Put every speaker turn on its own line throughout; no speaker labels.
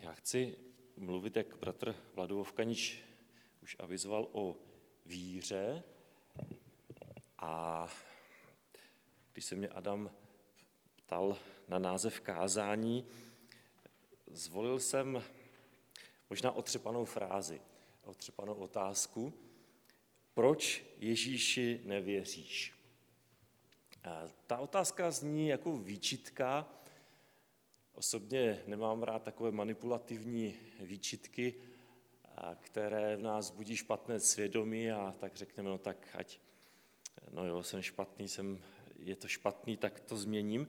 Já chci mluvit, jak bratr Vlado Vovkanič už avizoval, o víře. A když se mě Adam ptal na název kázání, zvolil jsem možná otřepanou frázi, otřepanou otázku. Proč Ježíši nevěříš? Ta otázka zní jako výčitka. Osobně nemám rád takové manipulativní výčitky, které v nás budí špatné svědomí a tak řekneme, no tak ať, no jo, jsem špatný, je to špatný, tak to změním.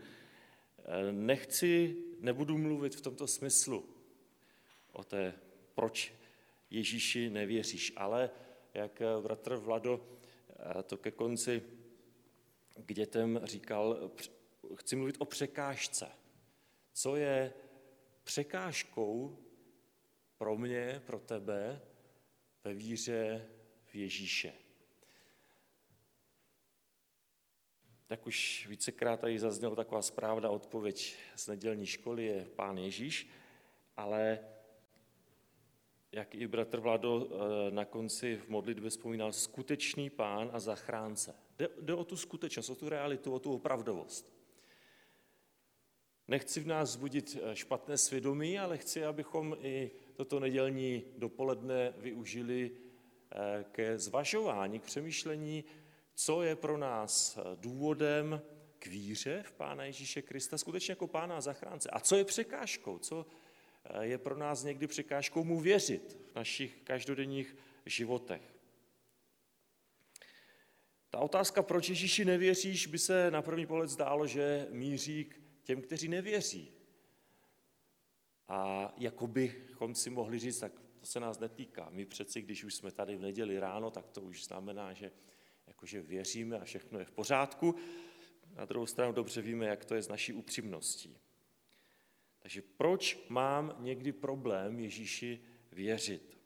Nebudu mluvit v tomto smyslu o té, proč Ježíši nevěříš, ale jak bratr Vlado to ke konci k dětem říkal, chci mluvit o překážce. Co je překážkou pro mě, pro tebe ve víře v Ježíše? Tak už vícekrát tady zazněla taková správná odpověď z nedělní školy, je Pán Ježíš, ale jak i bratr Vlado na konci v modlitbě vzpomínal, skutečný Pán a zachránce. Jde o tu skutečnost, o tu realitu, o tu opravdovost. Nechci v nás vzbudit špatné svědomí, ale chci, abychom i toto nedělní dopoledne využili ke zvažování, k přemýšlení, co je pro nás důvodem k víře v Pána Ježíše Krista, skutečně jako Pána a zachránce. A co je překážkou, co je pro nás někdy překážkou mu věřit v našich každodenních životech. Ta otázka, proč Ježíši nevěříš, by se na první pohled zdálo, že míří k těm, kteří nevěří. A jako bychom si mohli říct, tak to se nás netýká. My přeci, když už jsme tady v neděli ráno, tak to už znamená, že jakože věříme a všechno je v pořádku. Na druhou stranu dobře víme, jak to je s naší upřímností. Takže proč mám někdy problém Ježíši věřit?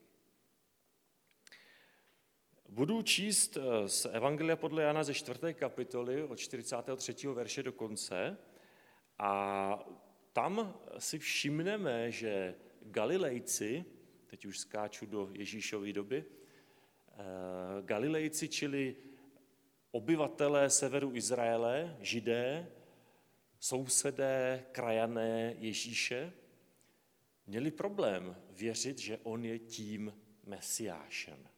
Budu číst z Evangelia podle Jana ze 4. kapitoly od 43. verše do konce a tam si všimneme, že Galilejci, teď už skáču do Ježíšovy doby, Galilejci, čili obyvatelé severu Izraele, Židé, sousedé, krajané Ježíše, měli problém věřit, že on je tím Mesiášem.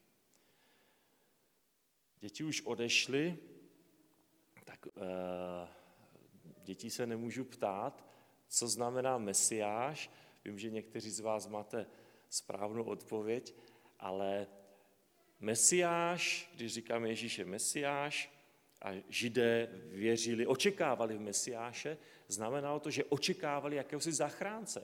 Děti už odešly, tak dětí se nemůžu ptát, co znamená Mesiáš. Vím, že někteří z vás máte správnou odpověď, ale Mesiáš, když říkáme Ježíš je Mesiáš a Židé věřili, očekávali v Mesiáše, znamenalo to, že očekávali jakéhosi zachránce.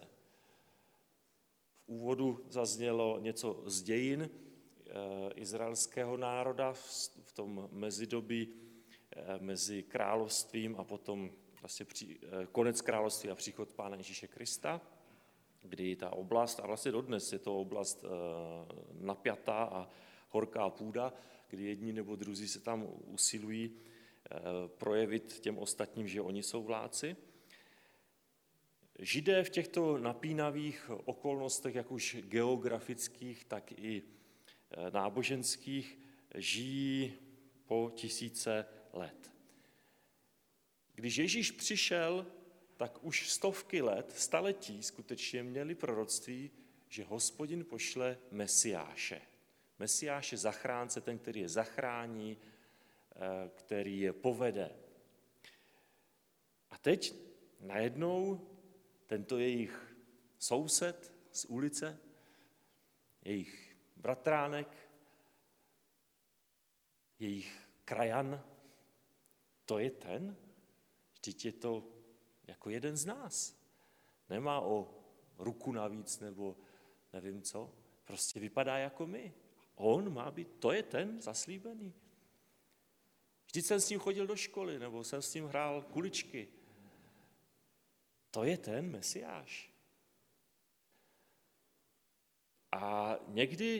V úvodu zaznělo něco z dějin izraelského národa v tom mezidobí mezi královstvím a potom vlastně konec království a příchod Pána Ježíše Krista, kdy ta oblast, a vlastně dodnes je to oblast napjatá a horká půda, kdy jedni nebo druzí se tam usilují projevit těm ostatním, že oni jsou vládci. Židé v těchto napínavých okolnostech, jak už geografických, tak i náboženských, žijí po tisíce let. Když Ježíš přišel, tak už stovky let, staletí skutečně měli proroctví, že Hospodin pošle Mesiáše. Mesiáš je zachránce, ten, který je zachrání, který je povede. A teď najednou tento jejich soused z ulice, jejich bratránek, jejich krajan, to je ten? Vždyť je to jako jeden z nás. Nemá o ruku navíc nebo nevím co, prostě vypadá jako my. On má být, to je ten zaslíbený. Vždyť jsem s ním chodil do školy, nebo jsem s ním hrál kuličky. To je ten Mesiáš. A někdy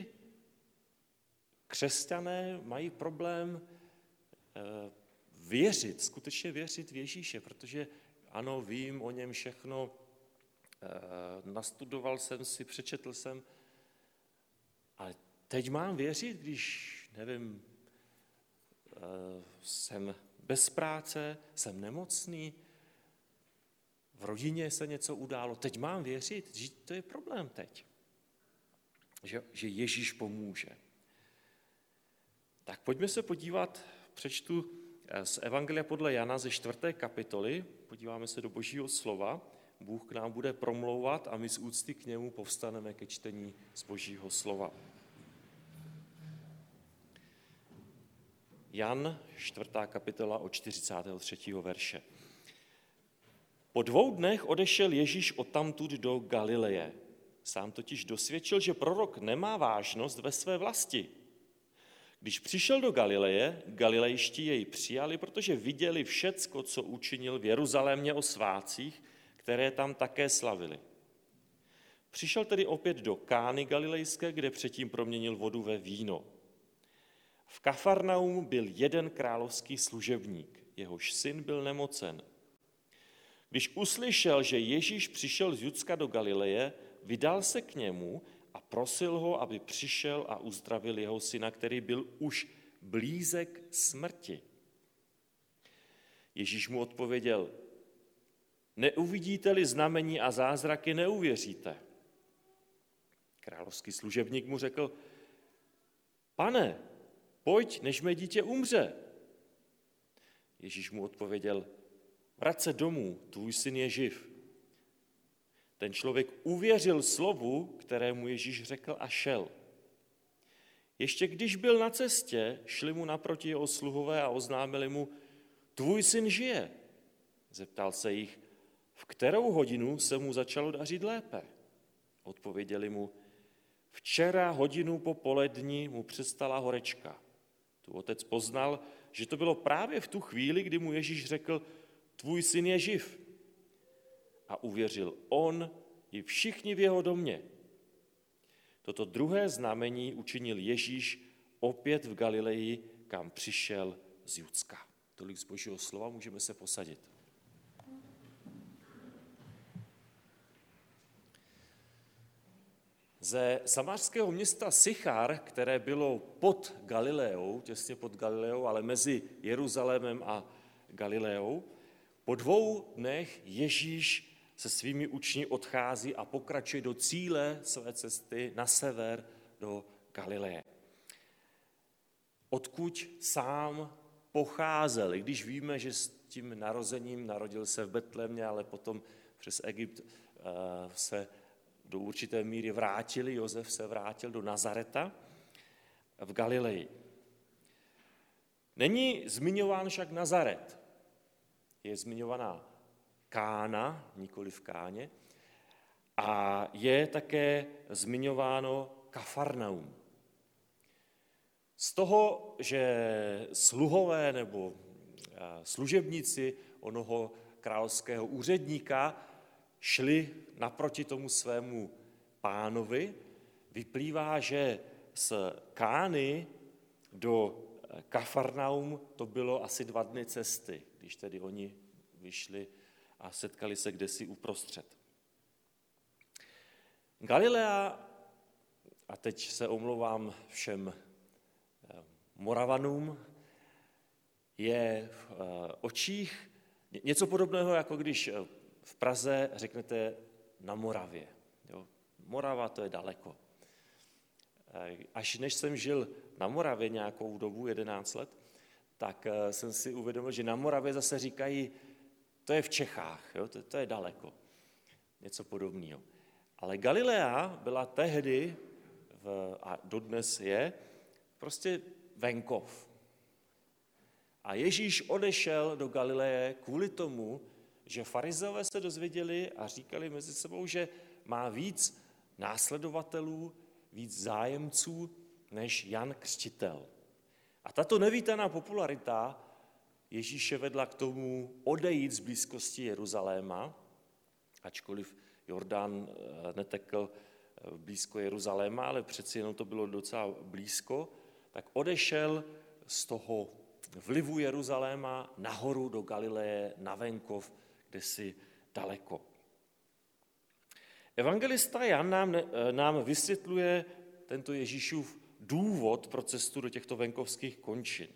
křesťané mají problém věřit, skutečně věřit v Ježíše, protože ano, vím o něm všechno, nastudoval jsem si, přečetl jsem, ale teď mám věřit, když, nevím, jsem bez práce, jsem nemocný, v rodině se něco událo, teď mám věřit, že to je problém teď, že Ježíš pomůže. Tak pojďme se podívat, přečtu z Evangelia podle Jana ze 4. kapitoly, podíváme se do Božího slova, Bůh k nám bude promlouvat a my z úcty k němu povstaneme ke čtení z Božího slova. Jan, 4. kapitola od 43. verše. Po 2 dnech odešel Ježíš odtamtud do Galileje. Sám totiž dosvědčil, že prorok nemá vážnost ve své vlasti. Když přišel do Galileje, Galilejští jej přijali, protože viděli všecko, co učinil v Jeruzalémě o svátcích, které tam také slavili. Přišel tedy opět do Kány Galilejské, kde předtím proměnil vodu ve víno. V Kafarnaumu byl jeden královský služebník, jehož syn byl nemocen. Když uslyšel, že Ježíš přišel z Judska do Galileje, vydal se k němu a prosil ho, aby přišel a uzdravil jeho syna, který byl už blízek smrti. Ježíš mu odpověděl, neuvidíte-li znamení a zázraky, neuvěříte. Královský služebník mu řekl, pane, pojď, než mé dítě umře. Ježíš mu odpověděl, vrať se domů, tvůj syn je živ. Ten člověk uvěřil slovu, kterému Ježíš řekl a šel. Ještě když byl na cestě, šli mu naproti jeho sluhové a oznámili mu, tvůj syn žije. Zeptal se jich, v kterou hodinu se mu začalo dařit lépe. Odpověděli mu, včera hodinu po poledni mu přestala horečka. Tu otec poznal, že to bylo právě v tu chvíli, kdy mu Ježíš řekl, tvůj syn je živ. A uvěřil on i všichni v jeho domě. Toto druhé znamení učinil Ježíš opět v Galileji, kam přišel z Judska. Tolik z Božího slova, můžeme se posadit. Ze samářského města Sychar, které bylo pod Galileou, těsně pod Galileou, ale mezi Jeruzalémem a Galileou, po 2 dnech Ježíš se svými učni odchází a pokračuje do cíle své cesty na sever do Galileje. Odkud sám pocházel, i když víme, že s tím narozením narodil se v Betlémě, ale potom přes Egypt se do určité míry vrátili, Josef se vrátil do Nazareta v Galileji. Není zmiňován však Nazaret. Je zmiňovaná Kána, nikoli v Káně, a je také zmiňováno Kafarnaum. Z toho, že sluhové nebo služebníci onoho královského úředníka šli naproti tomu svému pánovi, vyplývá, že z Kány do Kafarnaum to bylo asi 2 dny cesty, když tedy oni vyšli a setkali se kdesi uprostřed. Galilea, a teď se omlouvám všem Moravanům, je v očích něco podobného, jako když v Praze řeknete na Moravě. Jo? Morava, to je daleko. Až než jsem žil na Moravě nějakou dobu, 11 let, tak jsem si uvědomil, že na Moravě zase říkají, to je v Čechách, jo? To je daleko. Něco podobného. Ale Galilea byla tehdy, a dodnes je, prostě venkov. A Ježíš odešel do Galileje kvůli tomu, že farizeové se dozvěděli a říkali mezi sebou, že má víc následovatelů, víc zájemců než Jan Křtitel. A tato nevítaná popularita Ježíše vedla k tomu odejít z blízkosti Jeruzaléma, ačkoliv Jordán netekl blízko Jeruzaléma, ale přeci jenom to bylo docela blízko, tak odešel z toho vlivu Jeruzaléma nahoru do Galileje, na venkov, kde si daleko. Evangelista Jan nám vysvětluje tento Ježíšův důvod pro cestu do těchto venkovských končin.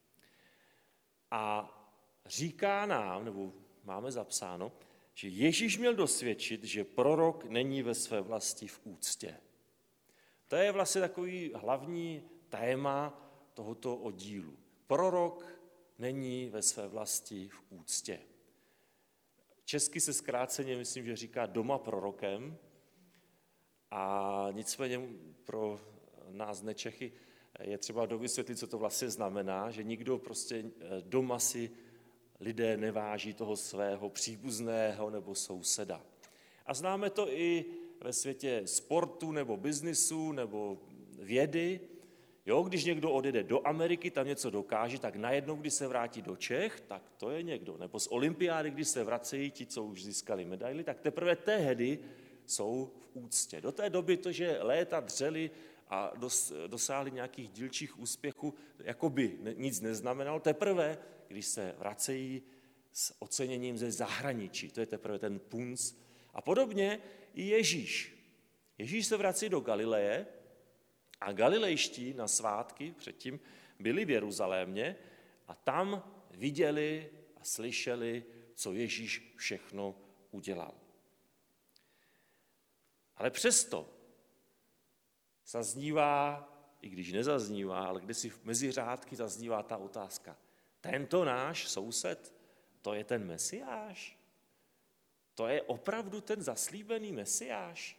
A říká nám, nebo máme zapsáno, že Ježíš měl dosvědčit, že prorok není ve své vlasti v úctě. To je vlastně takový hlavní téma tohoto oddílu. Prorok není ve své vlasti v úctě. Česky se zkráceně myslím, že říká doma prorokem, a nicméně pro nás nečechy je třeba dovysvětlit, co to vlastně znamená, že nikdo prostě doma si lidé neváží toho svého příbuzného nebo souseda. A známe to i ve světě sportu nebo biznisu nebo vědy. Jo, když někdo odjede do Ameriky, tam něco dokáže, tak najednou, když se vrátí do Čech, tak to je někdo. Nebo z olympiády, když se vracejí ti, co už získali medaily, tak teprve tehdy jsou v úctě. Do té doby to, že léta dřeli a dosáhli nějakých dílčích úspěchů, jako by nic neznamenalo. Teprve, když se vracejí s oceněním ze zahraničí, to je teprve ten punc. A podobně i Ježíš. Ježíš se vrací do Galileje a galilejští na svátky předtím byli v Jeruzalémě a tam viděli a slyšeli, co Ježíš všechno udělal. Ale přesto zaznívá, i když nezaznívá, ale kdysi mezi řádky zaznívá ta otázka. Tento náš soused, to je ten Mesiáš? To je opravdu ten zaslíbený Mesiáš?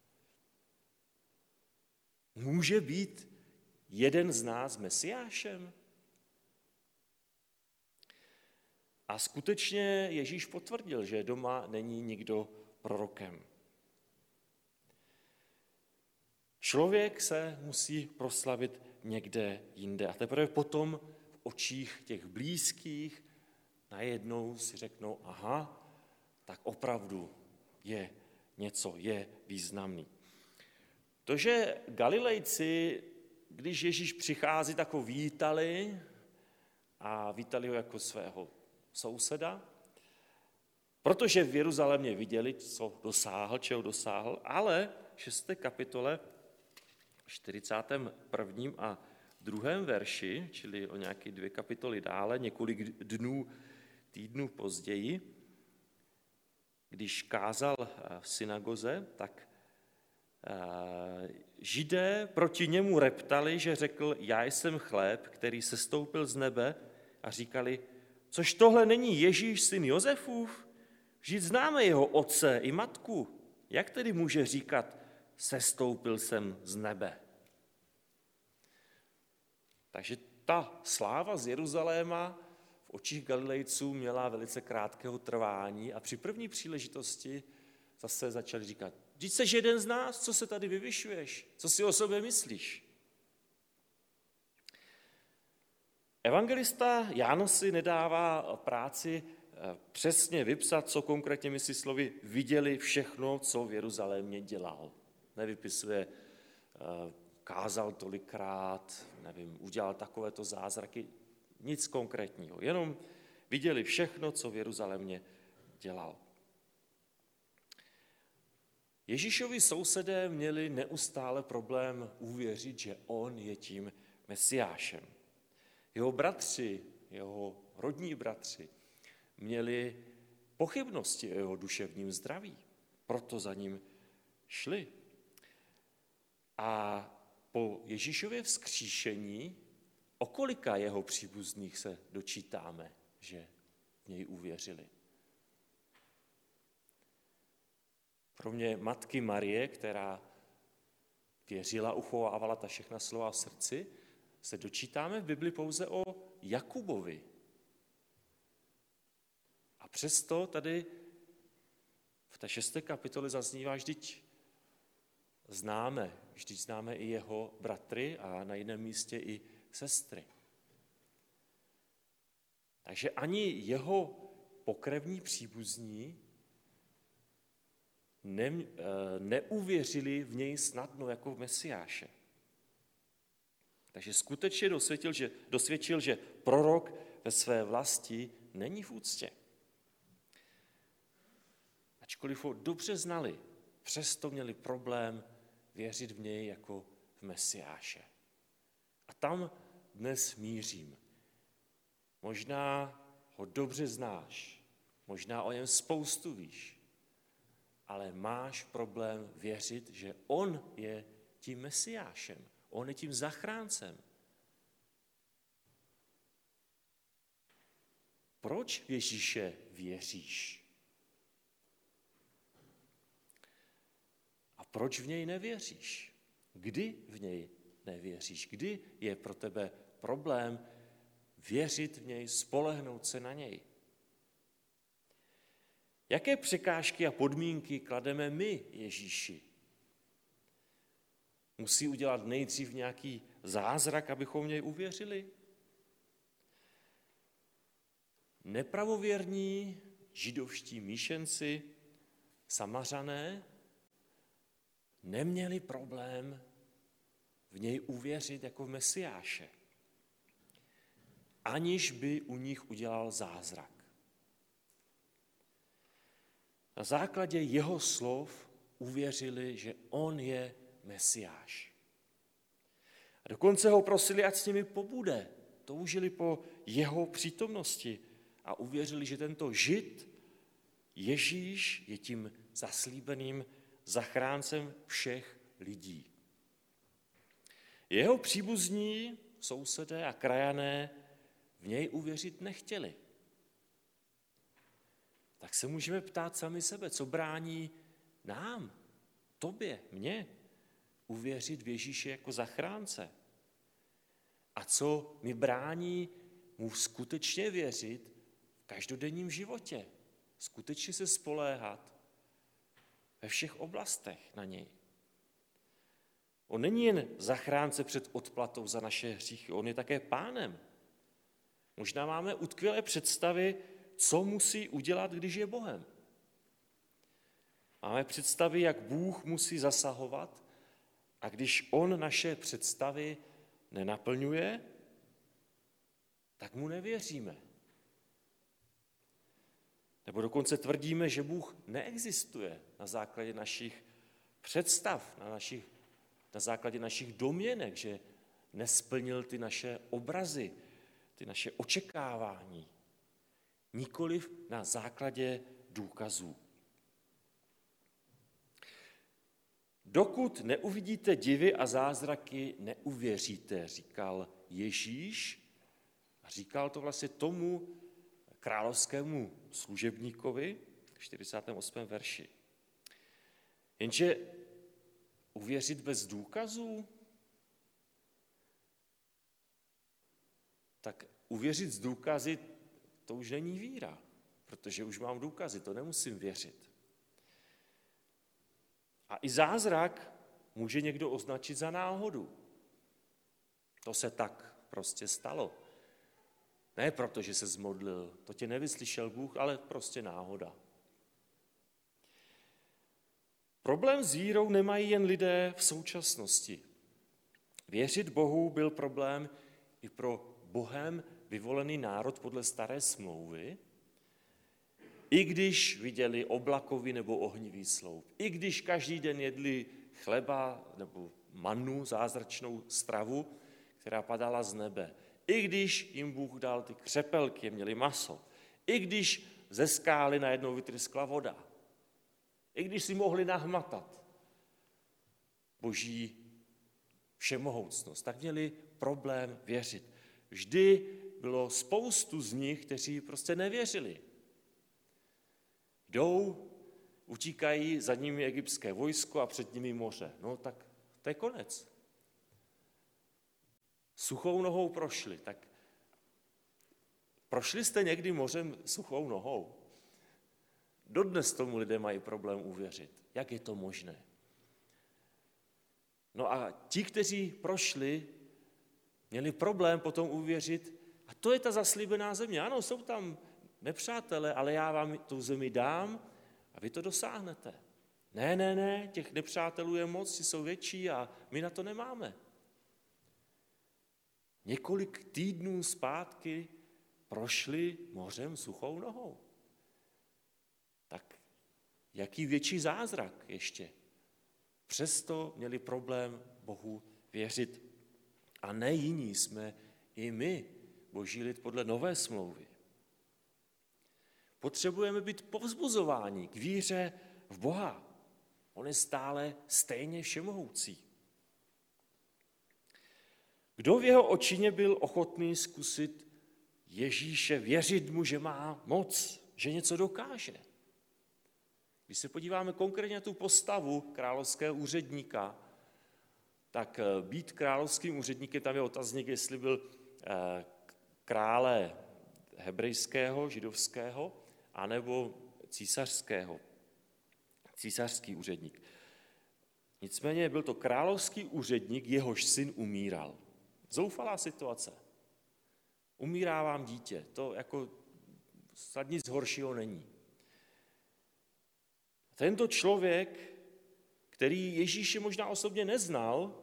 Může být jeden z nás Mesiášem? A skutečně Ježíš potvrdil, že doma není nikdo prorokem. Člověk se musí proslavit někde jinde. A teprve potom v očích těch blízkých najednou si řeknou, aha, tak opravdu je něco, je významný. To, že Galilejci, když Ježíš přichází, tak ho vítali a vítali ho jako svého souseda, protože v Jeruzalémě viděli, co dosáhl, čeho dosáhl, ale v 6. kapitole 41. a 2. verši, čili o nějaké 2 kapitoly dále, několik týdnů později, když kázal v synagoze, tak Židé proti němu reptali, že řekl, já jsem chléb, který sestoupil z nebe, a říkali, což tohle není Ježíš, syn Josefův? Vždyť známe jeho otce i matku. Jak tedy může říkat, sestoupil jsem z nebe? Takže ta sláva z Jeruzaléma v očích Galilejců měla velice krátkého trvání a při první příležitosti zase začali říkat, vždyť seš jeden z nás, co se tady vyvyšuješ, co si o sobě myslíš? Evangelista Jan si nedává práci přesně vypsat, co konkrétně myslí slovy viděli všechno, co v Jeruzalémě dělal. Nevypisuje, kázal tolikrát, nevím, udělal takovéto zázraky, nic konkrétního, jenom viděli všechno, co v Jeruzalémě dělal. Ježíšovi sousedé měli neustále problém uvěřit, že on je tím Mesiášem. Jeho bratři, jeho rodní bratři měli pochybnosti o jeho duševním zdraví, proto za ním šli. A po Ježíšově vzkříšení o kolika jeho příbuzných se dočítáme, že v něj uvěřili. Kromě matky Marie, která věřila, uchovávala ta všechna slova v srdci, se dočítáme v Bibli pouze o Jakubovi. A přesto tady v té 6. kapitole zaznívá, vždyť známe i jeho bratry a na jiném místě i sestry. Takže ani jeho pokrevní příbuzní neuvěřili v něj snadno jako v Mesiáše. Takže skutečně dosvědčil, že prorok ve své vlasti není v úctě. Ačkoliv ho dobře znali, přesto měli problém věřit v něj jako v Mesiáše. A tam dnes mířím. Možná ho dobře znáš, možná o něm spoustu víš, ale máš problém věřit, že on je tím Mesiášem, on je tím zachráncem. Proč v Ježíše věříš? A proč v něj nevěříš? Kdy v něj nevěříš? Kdy je pro tebe problém věřit v něj, spolehnout se na něj? Jaké překážky a podmínky klademe my Ježíši? Musí udělat nejdřív nějaký zázrak, abychom v něj uvěřili? Nepravověrní židovští míšenci, Samařané, neměli problém v něj uvěřit jako v Mesiáše, aniž by u nich udělal zázrak. Na základě jeho slov uvěřili, že on je Mesiáš. A dokonce ho prosili, ať s nimi pobude. Toužili po jeho přítomnosti a uvěřili, že tento Žid, Ježíš, je tím zaslíbeným zachráncem všech lidí. Jeho příbuzní, sousedé a krajané v něj uvěřit nechtěli. Tak se můžeme ptát sami sebe, co brání nám, tobě, mně, uvěřit v Ježíše jako zachránce. A co mi brání mu skutečně věřit v každodenním životě, skutečně se spoléhat ve všech oblastech na něj. On není jen zachránce před odplatou za naše hříchy, on je také pánem. Možná máme utkvělé představy, co musí udělat, když je Bohem. Máme představy, jak Bůh musí zasahovat, a když on naše představy nenaplňuje, tak mu nevěříme. Nebo dokonce tvrdíme, že Bůh neexistuje na základě našich představ, na základě našich domněnek, že nesplnil ty naše obrazy, ty naše očekávání. Nikoliv na základě důkazů. Dokud neuvidíte divy a zázraky, neuvěříte, říkal Ježíš. A říkal to vlastně tomu královskému služebníkovi v 48. verši. Jenže uvěřit bez důkazů? Tak uvěřit z důkazy, to už není víra, protože už mám důkazy, to nemusím věřit. A i zázrak může někdo označit za náhodu. To se tak prostě stalo. Ne proto, že se zmodlil, to tě nevyslyšel Bůh, ale prostě náhoda. Problém s vírou nemají jen lidé v současnosti. Věřit Bohu byl problém i pro Bohem vyvolený národ podle staré smlouvy, i když viděli oblakový nebo ohnivý sloup, i když každý den jedli chleba nebo mannu, zázračnou stravu, která padala z nebe, i když jim Bůh dal ty křepelky, měli maso, i když ze skály najednou vytryskla voda, i když si mohli nahmatat Boží všemohoucnost, tak měli problém věřit. Vždy bylo spoustu z nich, kteří prostě nevěřili. Jdou, utíkají, za nimi egyptské vojsko a před nimi moře. No tak to je konec. Suchou nohou prošli. Tak prošli jste někdy mořem suchou nohou? Dodnes tomu lidé mají problém uvěřit. Jak je to možné? No a ti, kteří prošli, měli problém potom uvěřit, a to je ta zaslíbená země. Ano, jsou tam nepřátelé, ale já vám tu zemi dám a vy to dosáhnete. Ne, těch nepřátelů je moc, ti jsou větší a my na to nemáme. Několik týdnů zpátky prošli mořem suchou nohou. Tak Jaký větší zázrak ještě. Přesto měli problém Bohu věřit. A ne jiní jsme i my Boží lid podle nové smlouvy. Potřebujeme být povzbuzováni k víře v Boha. On je stále stejně všemohoucí. Kdo v jeho očině byl ochotný zkusit Ježíše, věřit mu, že má moc, že něco dokáže? Když se podíváme konkrétně na tu postavu královského úředníka, tak být královským úředníkem, tam je otazník, jestli byl krále hebrejského, židovského, anebo císařského, císařský úředník. Nicméně byl to královský úředník, jehož syn umíral. Zoufalá situace. Umírá vám dítě, to jako snad nic horšího není. Tento člověk, který Ježíše možná osobně neznal,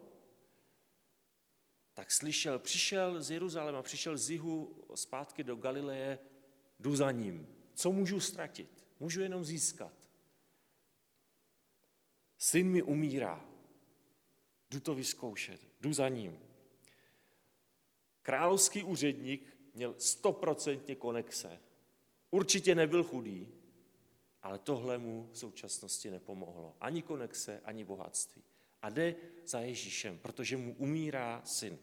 tak slyšel, přišel z Jeruzaléma, přišel z jihu zpátky do Galileje, jdu za ním. Co můžu ztratit? Můžu jenom získat. Syn mi umírá. Jdu to vyzkoušet, jdu za ním. Královský úředník měl 100% konexe. Určitě nebyl chudý, ale tohle mu v současnosti nepomohlo. Ani konexe, ani bohatství. A jde za Ježíšem, protože mu umírá syn.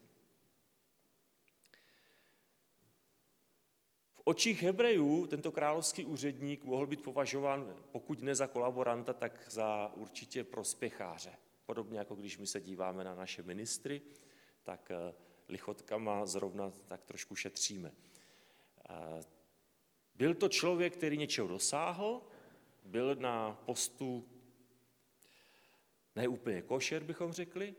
V očích Hebrejů tento královský úředník mohl být považován, pokud ne za kolaboranta, tak za určitě prospěcháře. Podobně jako když my se díváme na naše ministry, tak lichotkama zrovna tak trošku šetříme. Byl to člověk, který něčeho dosáhl, byl na postu neúplně košer, bychom řekli,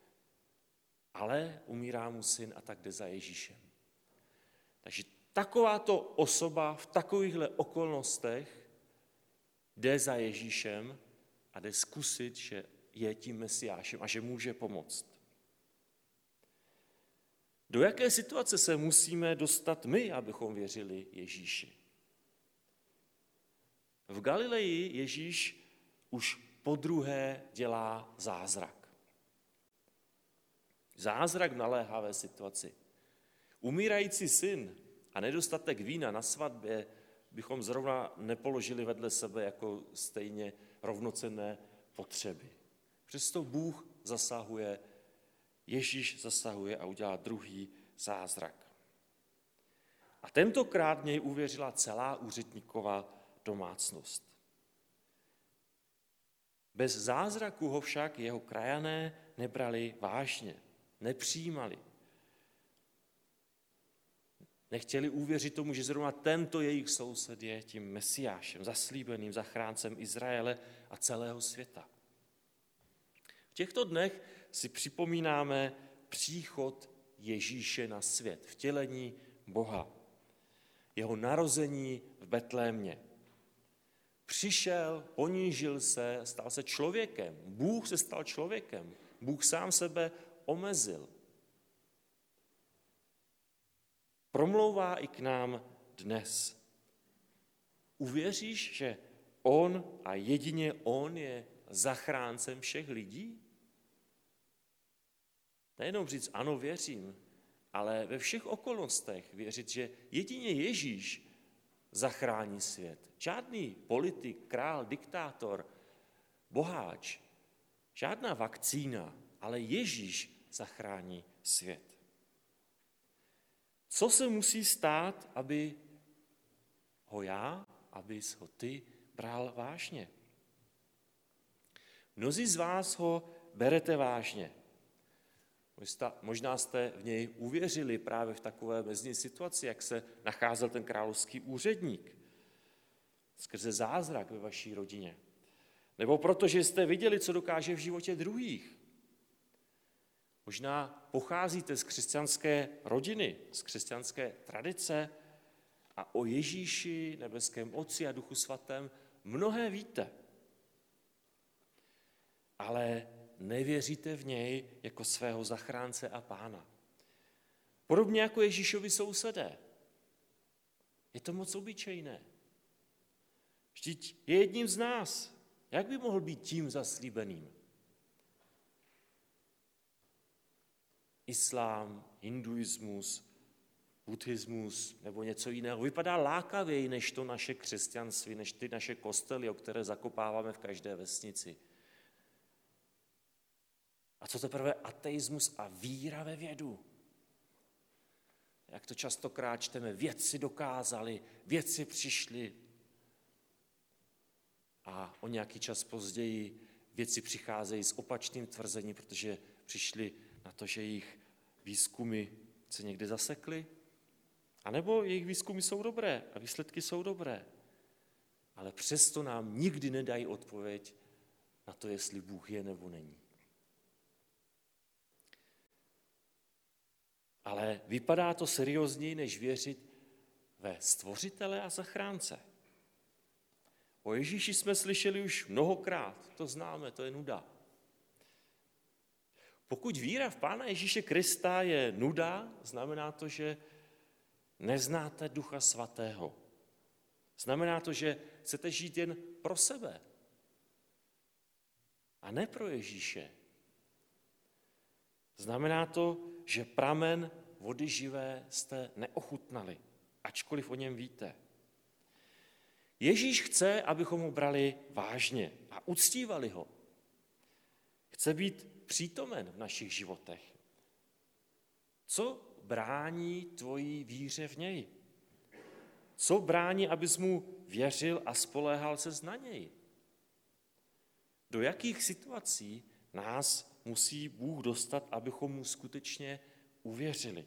ale umírá mu syn a tak jde za Ježíšem. Takže takováto osoba v takovýchhle okolnostech jde za Ježíšem a jde zkusit, že je tím Mesiášem a že může pomoct. Do jaké situace se musíme dostat my, abychom věřili Ježíši? V Galileji Ježíš už podruhé dělá zázrak. Zázrak v naléhavé situaci. Umírající syn a nedostatek vína na svatbě bychom zrovna nepoložili vedle sebe jako stejně rovnocenné potřeby. Přesto Bůh zasahuje, Ježíš zasahuje a udělá druhý zázrak. A tentokrát něj uvěřila celá úředníkova domácnost. Bez zázraku ho však jeho krajané nebrali vážně, nepřijímali. Nechtěli uvěřit tomu, že zrovna tento jejich soused je tím Mesiášem, zaslíbeným zachráncem Izraele a celého světa. V těchto dnech si připomínáme příchod Ježíše na svět, vtělení Boha, jeho narození v Betlémě. Přišel, ponížil se, stal se člověkem. Bůh se stal člověkem. Bůh sám sebe omezil. Promlouvá i k nám dnes. Uvěříš, že on a jedině on je zachráncem všech lidí? Nejenom říct ano, věřím, ale ve všech okolnostech věřit, že jedině Ježíš zachrání svět. Žádný politik, král, diktátor, boháč, žádná vakcína, ale Ježíš zachrání svět. Co se musí stát, aby ho já, abys ho ty bral vážně? Mnozí z vás ho berete vážně. Možná jste v něj uvěřili právě v takové mezní situaci, jak se nacházel ten královský úředník. Skrze zázrak ve vaší rodině. Nebo protože jste viděli, co dokáže v životě druhých. Možná pocházíte z křesťanské rodiny, z křesťanské tradice a o Ježíši, nebeském Otci a Duchu Svatém mnohé víte. Ale nevěříte v něj jako svého zachránce a pána. Podobně jako Ježíšovi sousedé. Je to moc obyčejné. Vždyť je jedním z nás. Jak by mohl být tím zaslíbeným? Islám, hinduismus, buddhismus nebo něco jiného vypadá lákavěji než to naše křesťanství, než ty naše kostely, o které zakopáváme v každé vesnici. A co teprve ateismus a víra ve vědu? Jak to častokrát čteme, vědci dokázali, vědci přišli a o nějaký čas později vědci přicházejí s opačným tvrzením, protože přišli na to, že jejich výzkumy se někde zasekly, anebo jejich výzkumy jsou dobré a výsledky jsou dobré, ale přesto nám nikdy nedají odpověď na to, jestli Bůh je nebo není. Ale vypadá to seriózněji, než věřit ve Stvořitele a Zachránce. O Ježíši jsme slyšeli už mnohokrát, to známe, to je nuda. Pokud víra v Pána Ježíše Krista je nuda, znamená to, že neznáte Ducha Svatého. Znamená to, že chcete žít jen pro sebe a ne pro Ježíše. Znamená to, že pramen vody živé jste neochutnali, ačkoliv o něm víte. Ježíš chce, abychom ho brali vážně a uctívali ho. Chce být přítomen v našich životech. Co brání tvojí víře v něj? Co brání, abys mu věřil a spoléhal ses na něj? Do jakých situací nás musí Bůh dostat, abychom mu skutečně uvěřili?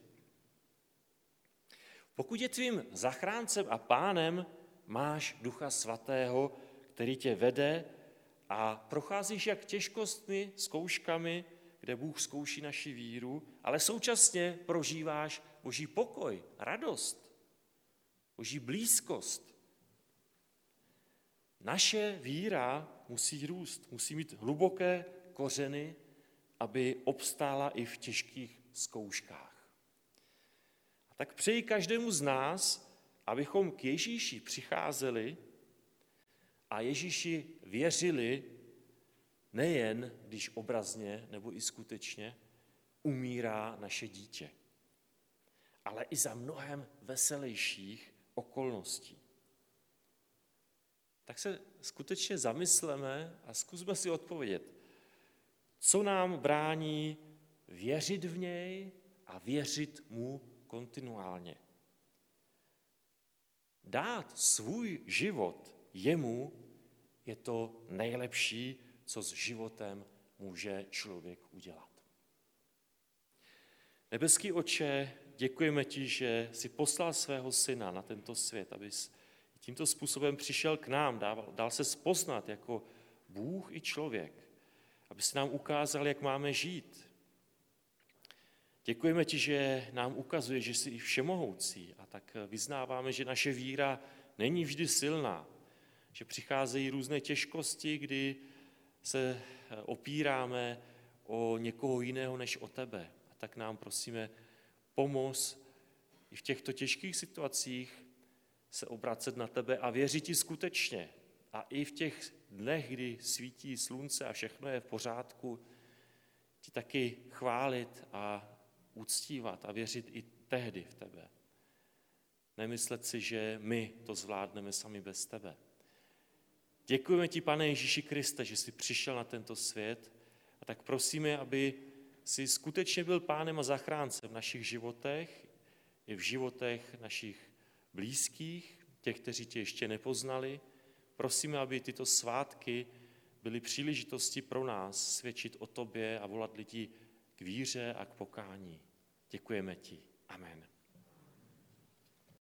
Pokud je tvým zachráncem a pánem, máš Ducha Svatého, který tě vede a procházíš jak těžkostmi, zkouškami, kde Bůh zkouší naši víru, ale současně prožíváš Boží pokoj, radost, Boží blízkost. Naše víra musí růst, musí mít hluboké kořeny, aby obstála i v těžkých zkouškách. A tak přeji každému z nás, abychom k Ježíši přicházeli a Ježíši věřili nejen, když obrazně nebo i skutečně umírá naše dítě, ale i za mnohem veselějších okolností. Tak se skutečně zamysleme a zkusme si odpovědět, co nám brání věřit v něj a věřit mu kontinuálně. Dát svůj život jemu je to nejlepší, co s životem může člověk udělat. Nebeský Otče, děkujeme ti, že jsi poslal svého syna na tento svět, abys tímto způsobem přišel k nám, dal se poznat jako Bůh i člověk, aby si nám ukázal, jak máme žít. Děkujeme ti, že nám ukazuje, že jsi i všemohoucí, a tak vyznáváme, že naše víra není vždy silná, že přicházejí různé těžkosti, kdy se opíráme o někoho jiného než o tebe. A tak nám prosíme, pomoz i v těchto těžkých situacích se obracet na tebe a věřit ti skutečně. A i v těch dnech, kdy svítí slunce a všechno je v pořádku, ti taky chválit a uctívat a věřit i tehdy v tebe. Nemyslet si, že my to zvládneme sami bez tebe. Děkujeme ti, Pane Ježíši Kriste, že jsi přišel na tento svět, a tak prosíme, aby jsi skutečně byl pánem a zachráncem v našich životech, i v životech našich blízkých, těch, kteří tě ještě nepoznali. Prosíme, aby tyto svátky byly příležitosti pro nás svědčit o tobě a volat lidi k víře a k pokání. Děkujeme ti. Amen.